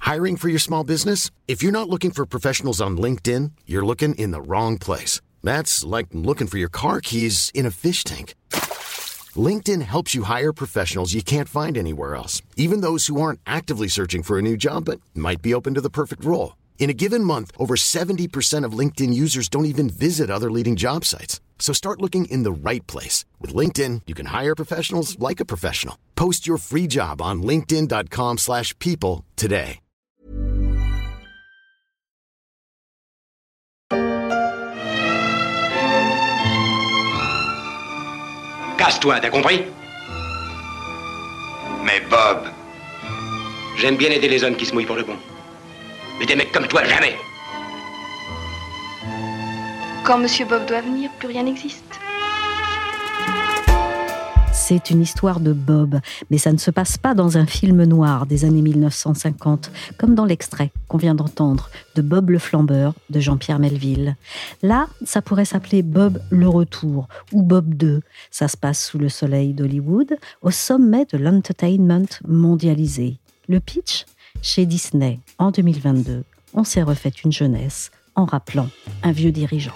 Hiring for your small business? If you're not looking for professionals on LinkedIn, you're looking in the wrong place. That's like looking for your car keys in a fish tank. LinkedIn helps you hire professionals you can't find anywhere else, even those who aren't actively searching for a new job but might be open to the perfect role. In a given month, over 70% of LinkedIn users don't even visit other leading job sites. So start looking in the right place. With LinkedIn, you can hire professionals like a professional. Post your free job on linkedin.com/people today. Casse-toi, t'as compris? Mais Bob... J'aime bien aider les hommes qui se mouillent pour le bon. Mais des mecs comme toi, jamais! Quand Monsieur Bob doit venir, plus rien n'existe. C'est une histoire de Bob, mais ça ne se passe pas dans un film noir des années 1950, comme dans l'extrait qu'on vient d'entendre de Bob le Flambeur de Jean-Pierre Melville. Là, ça pourrait s'appeler Bob le Retour ou Bob 2. Ça se passe sous le soleil d'Hollywood, au sommet de l'entertainment mondialisé. Le pitch ? Chez Disney, en 2022, on s'est refait une jeunesse en rappelant un vieux dirigeant.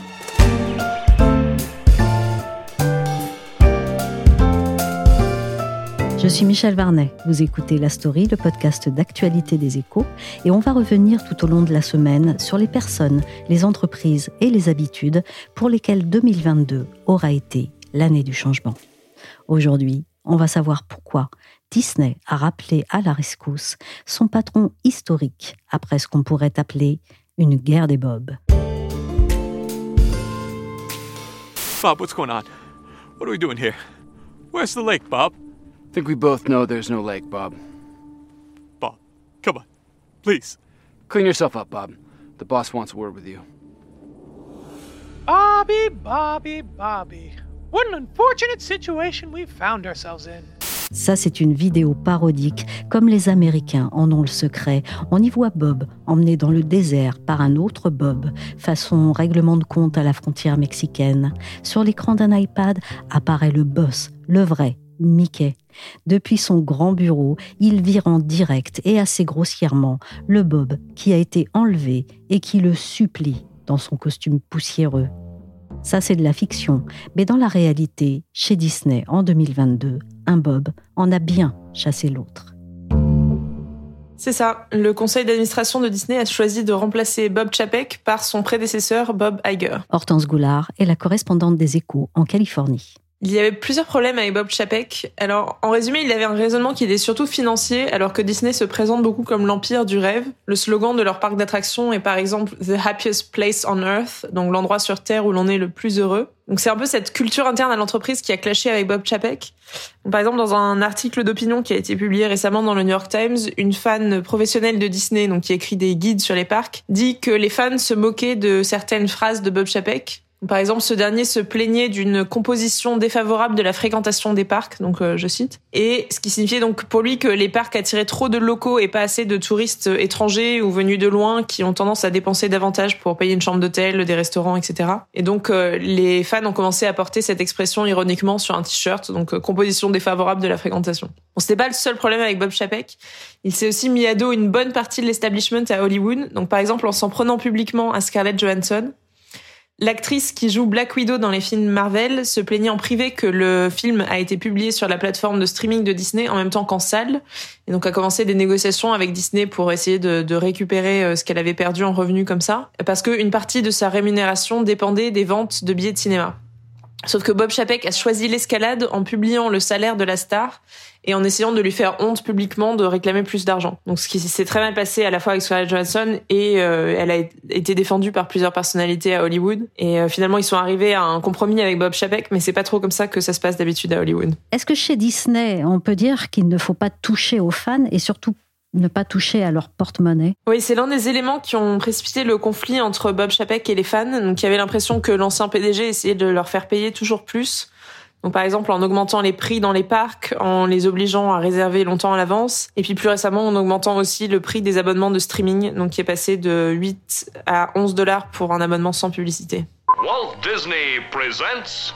Je suis Michel Varnet, vous écoutez La Story, le podcast d'actualité des Échos, et on va revenir tout au long de la semaine sur les personnes, les entreprises et les habitudes pour lesquelles 2022 aura été l'année du changement. Aujourd'hui, on va savoir pourquoi Disney a rappelé à la rescousse son patron historique après ce qu'on pourrait appeler une guerre des Bobs. Bob, what's going on? What are we doing here? Where's the lake, Bob? I think we both know there's no lake, Bob. Bob, come on. Please. Clean yourself up, Bob. The boss wants a word with you. Bobby, Bobby, Bobby. What an unfortunate situation we've found ourselves in. Ça, c'est une vidéo parodique, comme les Américains en ont le secret. On y voit Bob emmené dans le désert par un autre Bob, façon règlement de compte à la frontière mexicaine. Sur l'écran d'un iPad apparaît le boss, le vrai, Mickey. Depuis son grand bureau, il vire en direct et assez grossièrement le Bob qui a été enlevé et qui le supplie dans son costume poussiéreux. Ça, c'est de la fiction, mais dans la réalité, chez Disney, en 2022, un Bob en a bien chassé l'autre. C'est ça, le conseil d'administration de Disney a choisi de remplacer Bob Chapek par son prédécesseur Bob Iger. Hortense Goulard est la correspondante des Échos en Californie. Il y avait plusieurs problèmes avec Bob Chapek. Alors, en résumé, il avait un raisonnement qui était surtout financier, alors que Disney se présente beaucoup comme l'empire du rêve. Le slogan de leur parc d'attractions est par exemple « The happiest place on earth », donc l'endroit sur Terre où l'on est le plus heureux. Donc c'est un peu cette culture interne à l'entreprise qui a clashé avec Bob Chapek. Donc, par exemple, dans un article d'opinion qui a été publié récemment dans le New York Times, une fan professionnelle de Disney, donc qui écrit des guides sur les parcs, dit que les fans se moquaient de certaines phrases de Bob Chapek. Par exemple, ce dernier se plaignait d'une composition défavorable de la fréquentation des parcs, donc je cite, et ce qui signifiait donc pour lui que les parcs attiraient trop de locaux et pas assez de touristes étrangers ou venus de loin qui ont tendance à dépenser davantage pour payer une chambre d'hôtel, des restaurants, etc. Et donc les fans ont commencé à porter cette expression ironiquement sur un t-shirt, donc composition défavorable de la fréquentation. Bon, c'était pas le seul problème avec Bob Chapek. Il s'est aussi mis à dos une bonne partie de l'establishment à Hollywood, donc par exemple en s'en prenant publiquement à Scarlett Johansson. L'actrice qui joue Black Widow dans les films Marvel se plaignait en privé que le film a été publié sur la plateforme de streaming de Disney en même temps qu'en salle, et donc a commencé des négociations avec Disney pour essayer de récupérer ce qu'elle avait perdu en revenus comme ça, parce qu'une partie de sa rémunération dépendait des ventes de billets de cinéma. Sauf que Bob Chapek a choisi l'escalade en publiant le salaire de la star et en essayant de lui faire honte publiquement de réclamer plus d'argent. Donc ce qui s'est très mal passé à la fois avec Scarlett Johansson et elle a été défendue par plusieurs personnalités à Hollywood. Et finalement, ils sont arrivés à un compromis avec Bob Chapek, mais c'est pas trop comme ça que ça se passe d'habitude à Hollywood. Est-ce que chez Disney, on peut dire qu'il ne faut pas toucher aux fans et surtout ne pas toucher à leur porte-monnaie? Oui, c'est l'un des éléments qui ont précipité le conflit entre Bob Chapek et les fans. Donc il y avait l'impression que l'ancien PDG essayait de leur faire payer toujours plus. Donc par exemple en augmentant les prix dans les parcs, en les obligeant à réserver longtemps à l'avance, et puis plus récemment en augmentant aussi le prix des abonnements de streaming, donc qui est passé de 8 à 11 $ pour un abonnement sans publicité. Walt Disney presents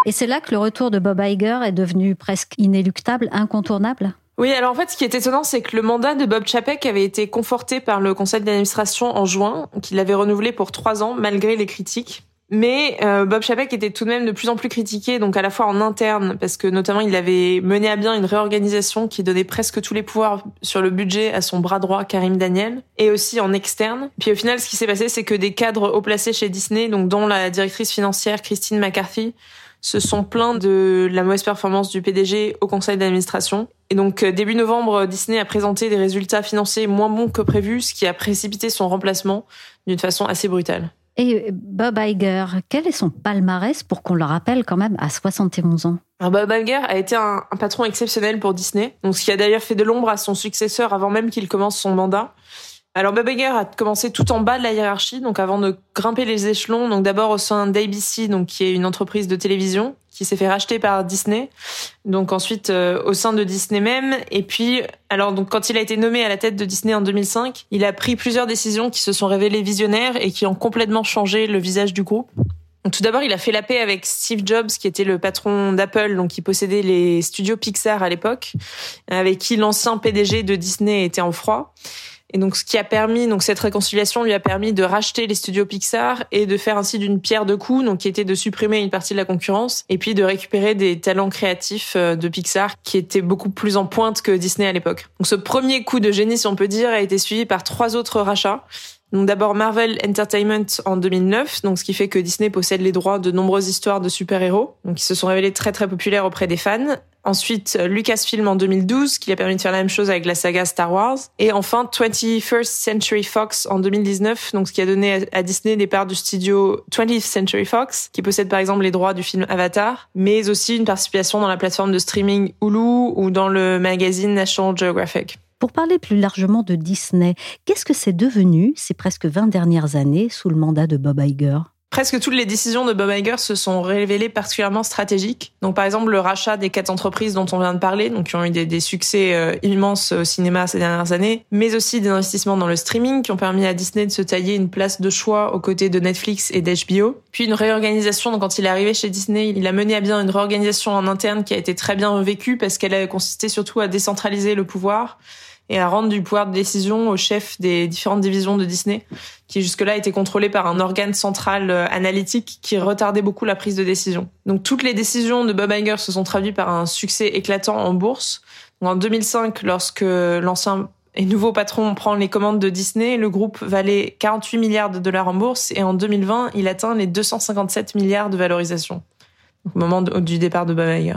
Et c'est là que le retour de Bob Iger est devenu presque inéluctable, incontournable ? Oui, alors en fait, ce qui est étonnant, c'est que le mandat de Bob Chapek avait été conforté par le conseil d'administration en juin, qu'il avait renouvelé pour 3 ans, malgré les critiques. Mais Bob Chapek était tout de même de plus en plus critiqué, donc à la fois en interne, parce que notamment il avait mené à bien une réorganisation qui donnait presque tous les pouvoirs sur le budget à son bras droit Karim Daniel, et aussi en externe. Puis au final, ce qui s'est passé, c'est que des cadres haut placés chez Disney, donc dont la directrice financière Christine McCarthy, se sont plaints de la mauvaise performance du PDG au conseil d'administration. Et donc, début novembre, Disney a présenté des résultats financiers moins bons que prévu, ce qui a précipité son remplacement d'une façon assez brutale. Et Bob Iger, quel est son palmarès pour qu'on le rappelle quand même à 71 ans ? Alors Bob Iger a été un patron exceptionnel pour Disney, donc ce qui a d'ailleurs fait de l'ombre à son successeur avant même qu'il commence son mandat. Alors Bob Iger a commencé tout en bas de la hiérarchie, donc avant de grimper les échelons, donc d'abord au sein d'ABC, donc qui est une entreprise de télévision qui s'est fait racheter par Disney, donc ensuite au sein de Disney même, et puis alors donc quand il a été nommé à la tête de Disney en 2005, il a pris plusieurs décisions qui se sont révélées visionnaires et qui ont complètement changé le visage du groupe. Donc, tout d'abord, il a fait la paix avec Steve Jobs, qui était le patron d'Apple, donc qui possédait les studios Pixar à l'époque, avec qui l'ancien PDG de Disney était en froid. Et donc, ce qui a permis, donc cette réconciliation lui a permis de racheter les studios Pixar et de faire ainsi d'une pierre deux coups, donc qui était de supprimer une partie de la concurrence et puis de récupérer des talents créatifs de Pixar qui étaient beaucoup plus en pointe que Disney à l'époque. Donc, ce premier coup de génie, si on peut dire, a été suivi par 3 autres rachats. Donc d'abord Marvel Entertainment en 2009, donc ce qui fait que Disney possède les droits de nombreuses histoires de super-héros, donc qui se sont révélées très très populaires auprès des fans. Ensuite, Lucasfilm en 2012, qui a permis de faire la même chose avec la saga Star Wars. Et enfin, 21st Century Fox en 2019, donc ce qui a donné à Disney des parts du studio 20th Century Fox, qui possède par exemple les droits du film Avatar, mais aussi une participation dans la plateforme de streaming Hulu ou dans le magazine National Geographic. Pour parler plus largement de Disney, qu'est-ce que c'est devenu ces presque 20 dernières années sous le mandat de Bob Iger ? Presque toutes les décisions de Bob Iger se sont révélées particulièrement stratégiques. Donc, par exemple, le rachat des 4 entreprises dont on vient de parler, donc qui ont eu des succès immenses au cinéma ces dernières années, mais aussi des investissements dans le streaming qui ont permis à Disney de se tailler une place de choix aux côtés de Netflix et d'HBO. Puis une réorganisation. Donc, quand il est arrivé chez Disney, il a mené à bien une réorganisation en interne qui a été très bien vécue parce qu'elle a consisté surtout à décentraliser le pouvoir et à rendre du pouvoir de décision au chef des différentes divisions de Disney, qui jusque-là étaient contrôlées par un organe central analytique qui retardait beaucoup la prise de décision. Donc toutes les décisions de Bob Iger se sont traduites par un succès éclatant en bourse. Donc, en 2005, lorsque l'ancien et nouveau patron prend les commandes de Disney, le groupe valait 48 milliards de dollars en bourse et en 2020, il atteint les 257 milliards de valorisation. Donc, au moment du départ de Bob Iger.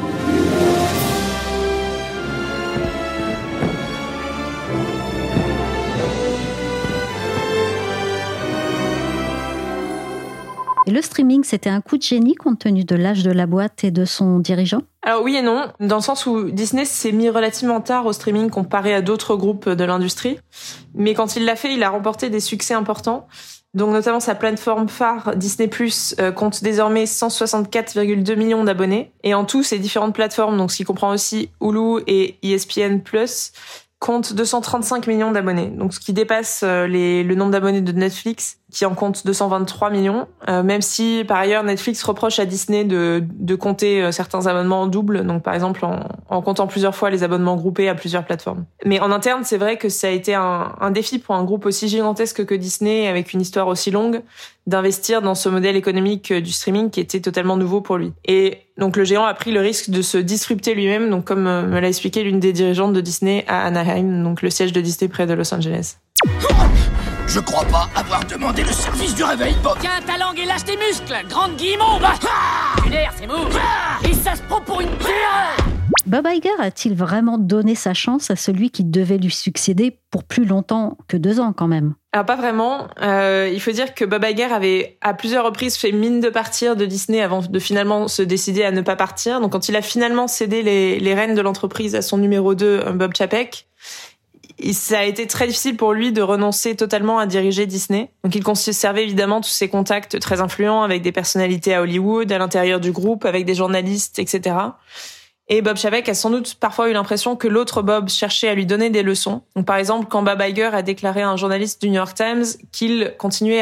Et le streaming, c'était un coup de génie compte tenu de l'âge de la boîte et de son dirigeant ? Alors oui et non, dans le sens où Disney s'est mis relativement tard au streaming comparé à d'autres groupes de l'industrie. Mais quand il l'a fait, il a remporté des succès importants. Donc notamment sa plateforme phare Disney+, compte désormais 164,2 millions d'abonnés. Et en tout, ces différentes plateformes, donc ce qui comprend aussi Hulu et ESPN+, compte 235 millions d'abonnés, donc ce qui dépasse le nombre d'abonnés de Netflix, qui en compte 223 millions, même si par ailleurs Netflix reproche à Disney de compter certains abonnements en double, donc par exemple en comptant plusieurs fois les abonnements groupés à plusieurs plateformes. Mais en interne, c'est vrai que ça a été un défi pour un groupe aussi gigantesque que Disney, avec une histoire aussi longue, d'investir dans ce modèle économique du streaming qui était totalement nouveau pour lui. Et donc le géant a pris le risque de se disrupter lui-même, donc comme me l'a expliqué l'une des dirigeantes de Disney à Anaheim, donc le siège de Disney près de Los Angeles. Je crois pas avoir demandé le service du réveil, Bob. Tiens ta langue et lâche tes muscles, grande guimauve. L'air, c'est mou. Et ça se prend pour une terre. Bob Iger a-t-il vraiment donné sa chance à celui qui devait lui succéder pour plus longtemps que 2 ans quand même ? Alors pas vraiment. Il faut dire que Bob Iger avait à plusieurs reprises fait mine de partir de Disney avant de finalement se décider à ne pas partir. Donc quand il a finalement cédé les rênes de l'entreprise à son numéro 2, Bob Chapek, ça a été très difficile pour lui de renoncer totalement à diriger Disney. Donc il conservait évidemment tous ses contacts très influents avec des personnalités à Hollywood, à l'intérieur du groupe, avec des journalistes, etc. Et Bob Chapek a sans doute parfois eu l'impression que l'autre Bob cherchait à lui donner des leçons. Donc par exemple, quand Bob Iger a déclaré à un journaliste du New York Times qu'il continuait à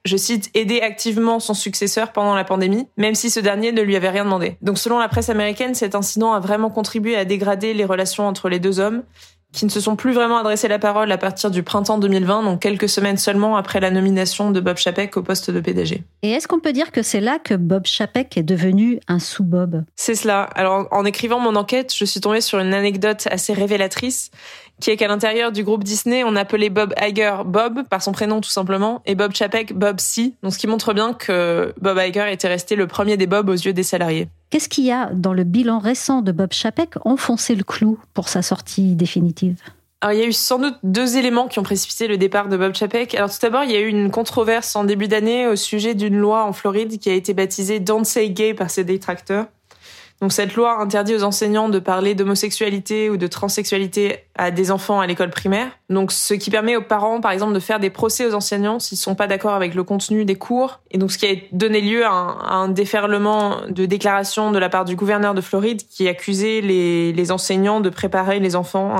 je cite, aider activement son successeur pendant la pandémie, même si ce dernier ne lui avait rien demandé. Donc selon la presse américaine, cet incident a vraiment contribué à dégrader les relations entre les deux hommes, qui ne se sont plus vraiment adressé la parole à partir du printemps 2020, donc quelques semaines seulement après la nomination de Bob Chapek au poste de PDG. Et est-ce qu'on peut dire que c'est là que Bob Chapek est devenu un sous-Bob ? C'est cela. Alors, en écrivant mon enquête, je suis tombée sur une anecdote assez révélatrice, qui est qu'à l'intérieur du groupe Disney, on appelait Bob Iger Bob, par son prénom tout simplement, et Bob Chapek Bob C. Donc, ce qui montre bien que Bob Iger était resté le premier des Bob aux yeux des salariés. Qu'est-ce qu'il y a dans le bilan récent de Bob Chapek enfoncé le clou pour sa sortie définitive ? Alors, il y a eu sans doute 2 éléments qui ont précipité le départ de Bob Chapek. Alors, tout d'abord, il y a eu une controverse en début d'année au sujet d'une loi en Floride qui a été baptisée Don't Say Gay par ses détracteurs. Donc, cette loi interdit aux enseignants de parler d'homosexualité ou de transsexualité à des enfants à l'école primaire. Donc, ce qui permet aux parents, par exemple, de faire des procès aux enseignants s'ils sont pas d'accord avec le contenu des cours. Et donc, ce qui a donné lieu à un déferlement de déclarations de la part du gouverneur de Floride qui accusait les enseignants de préparer les enfants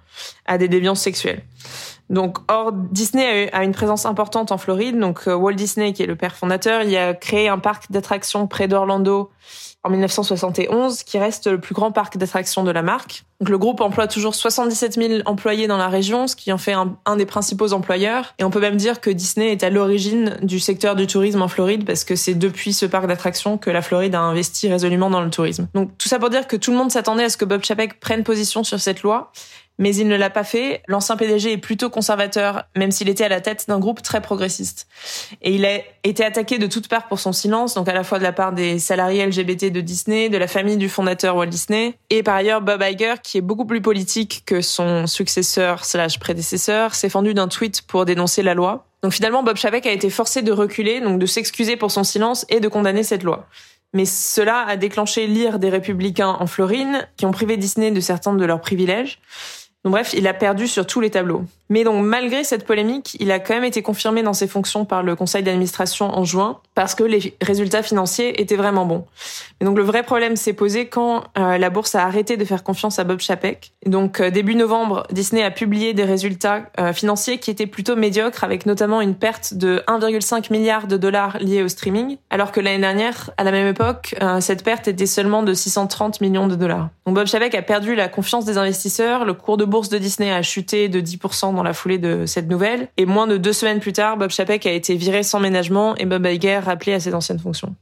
à des déviances sexuelles. Donc, or, Disney a une présence importante en Floride. Donc, Walt Disney, qui est le père fondateur, il a créé un parc d'attractions près d'Orlando en 1971, qui reste le plus grand parc d'attractions de la marque. Donc, le groupe emploie toujours 77 000 employés dans la région, ce qui en fait un des principaux employeurs. Et on peut même dire que Disney est à l'origine du secteur du tourisme en Floride, parce que c'est depuis ce parc d'attractions que la Floride a investi résolument dans le tourisme. Donc, tout ça pour dire que tout le monde s'attendait à ce que Bob Chapek prenne position sur cette loi, mais il ne l'a pas fait. L'ancien PDG est plutôt conservateur, même s'il était à la tête d'un groupe très progressiste. Et il a été attaqué de toutes parts pour son silence, donc à la fois de la part des salariés LGBT de Disney, de la famille du fondateur Walt Disney, et par ailleurs Bob Iger, qui est beaucoup plus politique que son successeur/prédécesseur, s'est fendu d'un tweet pour dénoncer la loi. Donc finalement, Bob Chapek a été forcé de reculer, donc de s'excuser pour son silence et de condamner cette loi. Mais cela a déclenché l'ire des républicains en Floride, qui ont privé Disney de certains de leurs privilèges. Donc bref, il a perdu sur tous les tableaux. Mais donc, malgré cette polémique, il a quand même été confirmé dans ses fonctions par le conseil d'administration en juin, parce que les résultats financiers étaient vraiment bons. Et donc, le vrai problème s'est posé quand la bourse a arrêté de faire confiance à Bob Chapek. Donc, début novembre, Disney a publié des résultats financiers qui étaient plutôt médiocres, avec notamment une perte de 1,5 milliard de dollars liée au streaming, alors que l'année dernière, à la même époque, cette perte était seulement de 630 millions de dollars. Donc, Bob Chapek a perdu la confiance des investisseurs, le cours de bourse de Disney a chuté de 10% dans la foulée de cette nouvelle. Et moins de 2 semaines plus tard, Bob Chapek a été viré sans ménagement et Bob Iger rappelé à ses anciennes fonctions.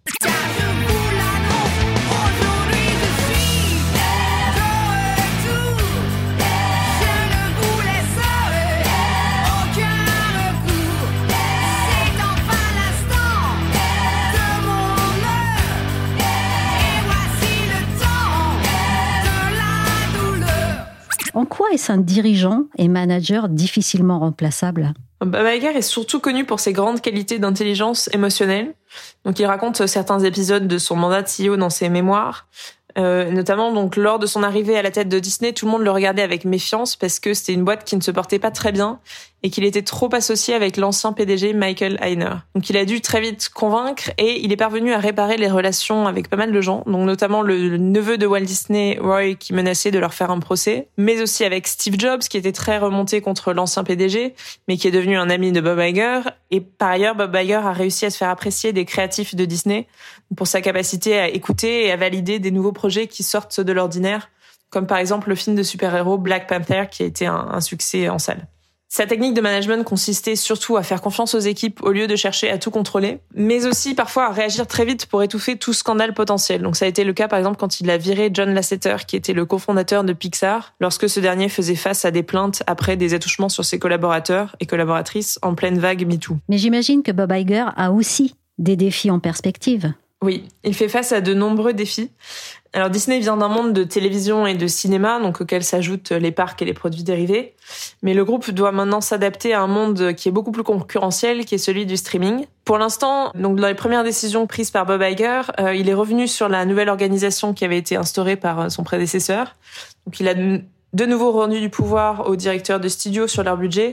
En quoi est-ce un dirigeant et manager difficilement remplaçable ? Bob Iger est surtout connu pour ses grandes qualités d'intelligence émotionnelle. Donc, il raconte certains épisodes de son mandat de CEO dans ses mémoires. Notamment, donc, lors de son arrivée à la tête de Disney, tout le monde le regardait avec méfiance parce que c'était une boîte qui ne se portait pas très bien et qu'il était trop associé avec l'ancien PDG Michael Eisner. Donc, il a dû très vite convaincre et il est parvenu à réparer les relations avec pas mal de gens, donc notamment le neveu de Walt Disney, Roy, qui menaçait de leur faire un procès, mais aussi avec Steve Jobs, qui était très remonté contre l'ancien PDG, mais qui est devenu un ami de Bob Iger. Et par ailleurs, Bob Iger a réussi à se faire apprécier des créatifs de Disney pour sa capacité à écouter et à valider des nouveaux projets qui sortent de l'ordinaire, comme par exemple le film de super-héros Black Panther, qui a été un succès en salle. Sa technique de management consistait surtout à faire confiance aux équipes au lieu de chercher à tout contrôler, mais aussi parfois à réagir très vite pour étouffer tout scandale potentiel. Donc ça a été le cas par exemple quand il a viré John Lasseter, qui était le cofondateur de Pixar, lorsque ce dernier faisait face à des plaintes après des attouchements sur ses collaborateurs et collaboratrices en pleine vague MeToo. Mais j'imagine que Bob Iger a aussi des défis en perspective. Oui, il fait face à de nombreux défis. Alors Disney vient d'un monde de télévision et de cinéma, donc auquel s'ajoutent les parcs et les produits dérivés. Mais le groupe doit maintenant s'adapter à un monde qui est beaucoup plus concurrentiel, qui est celui du streaming. Pour l'instant, donc dans les premières décisions prises par Bob Iger, il est revenu sur la nouvelle organisation qui avait été instaurée par son prédécesseur. Donc il a de nouveau rendu du pouvoir aux directeurs de studio sur leur budget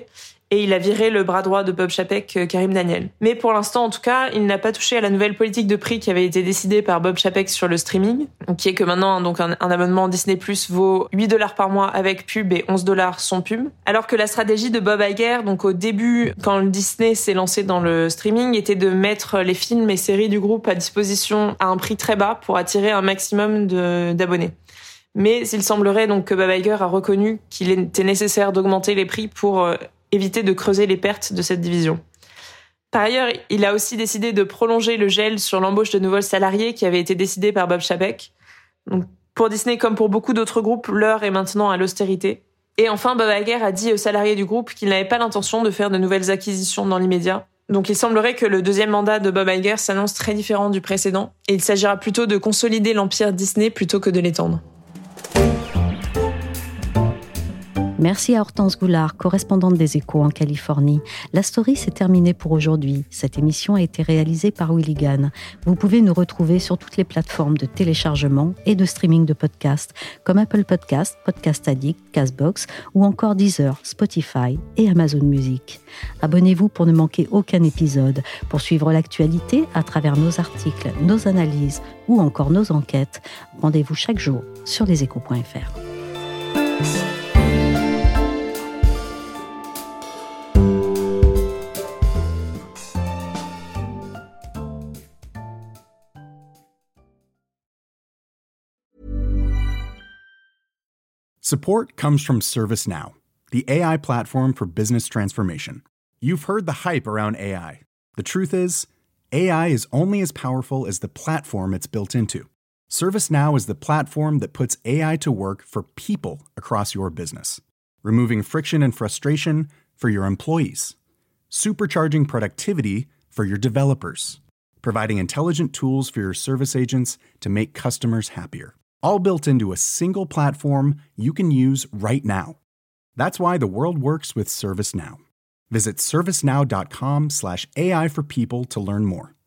et il a viré le bras droit de Bob Chapek, Karim Daniel. Mais pour l'instant, en tout cas, il n'a pas touché à la nouvelle politique de prix qui avait été décidée par Bob Chapek sur le streaming, qui est que maintenant donc un abonnement Disney+ vaut $8 par mois avec pub et $11 sans pub. Alors que la stratégie de Bob Iger, donc au début, quand Disney s'est lancé dans le streaming, était de mettre les films et séries du groupe à disposition à un prix très bas pour attirer un maximum d'abonnés. Mais il semblerait donc que Bob Iger a reconnu qu'il était nécessaire d'augmenter les prix pour éviter de creuser les pertes de cette division. Par ailleurs, il a aussi décidé de prolonger le gel sur l'embauche de nouveaux salariés qui avait été décidé par Bob Chapek. Donc, pour Disney, comme pour beaucoup d'autres groupes, l'heure est maintenant à l'austérité. Et enfin, Bob Iger a dit aux salariés du groupe qu'il n'avait pas l'intention de faire de nouvelles acquisitions dans l'immédiat. Donc il semblerait que le deuxième mandat de Bob Iger s'annonce très différent du précédent, et il s'agira plutôt de consolider l'empire Disney plutôt que de l'étendre. Merci à Hortense Goulard, correspondante des Échos en Californie. La story s'est terminée pour aujourd'hui. Cette émission a été réalisée par Willy Gann. Vous pouvez nous retrouver sur toutes les plateformes de téléchargement et de streaming de podcasts, comme Apple Podcasts, Podcast Addict, Castbox ou encore Deezer, Spotify et Amazon Music. Abonnez-vous pour ne manquer aucun épisode. Pour suivre l'actualité à travers nos articles, nos analyses ou encore nos enquêtes, rendez-vous chaque jour sur leséchos.fr. Support comes from ServiceNow, the AI platform for business transformation. You've heard the hype around AI. The truth is, AI is only as powerful as the platform it's built into. ServiceNow is the platform that puts AI to work for people across your business, removing friction and frustration for your employees, supercharging productivity for your developers, providing intelligent tools for your service agents to make customers happier. All built into a single platform you can use right now. That's why the world works with ServiceNow. Visit servicenow.com/AI for people to learn more.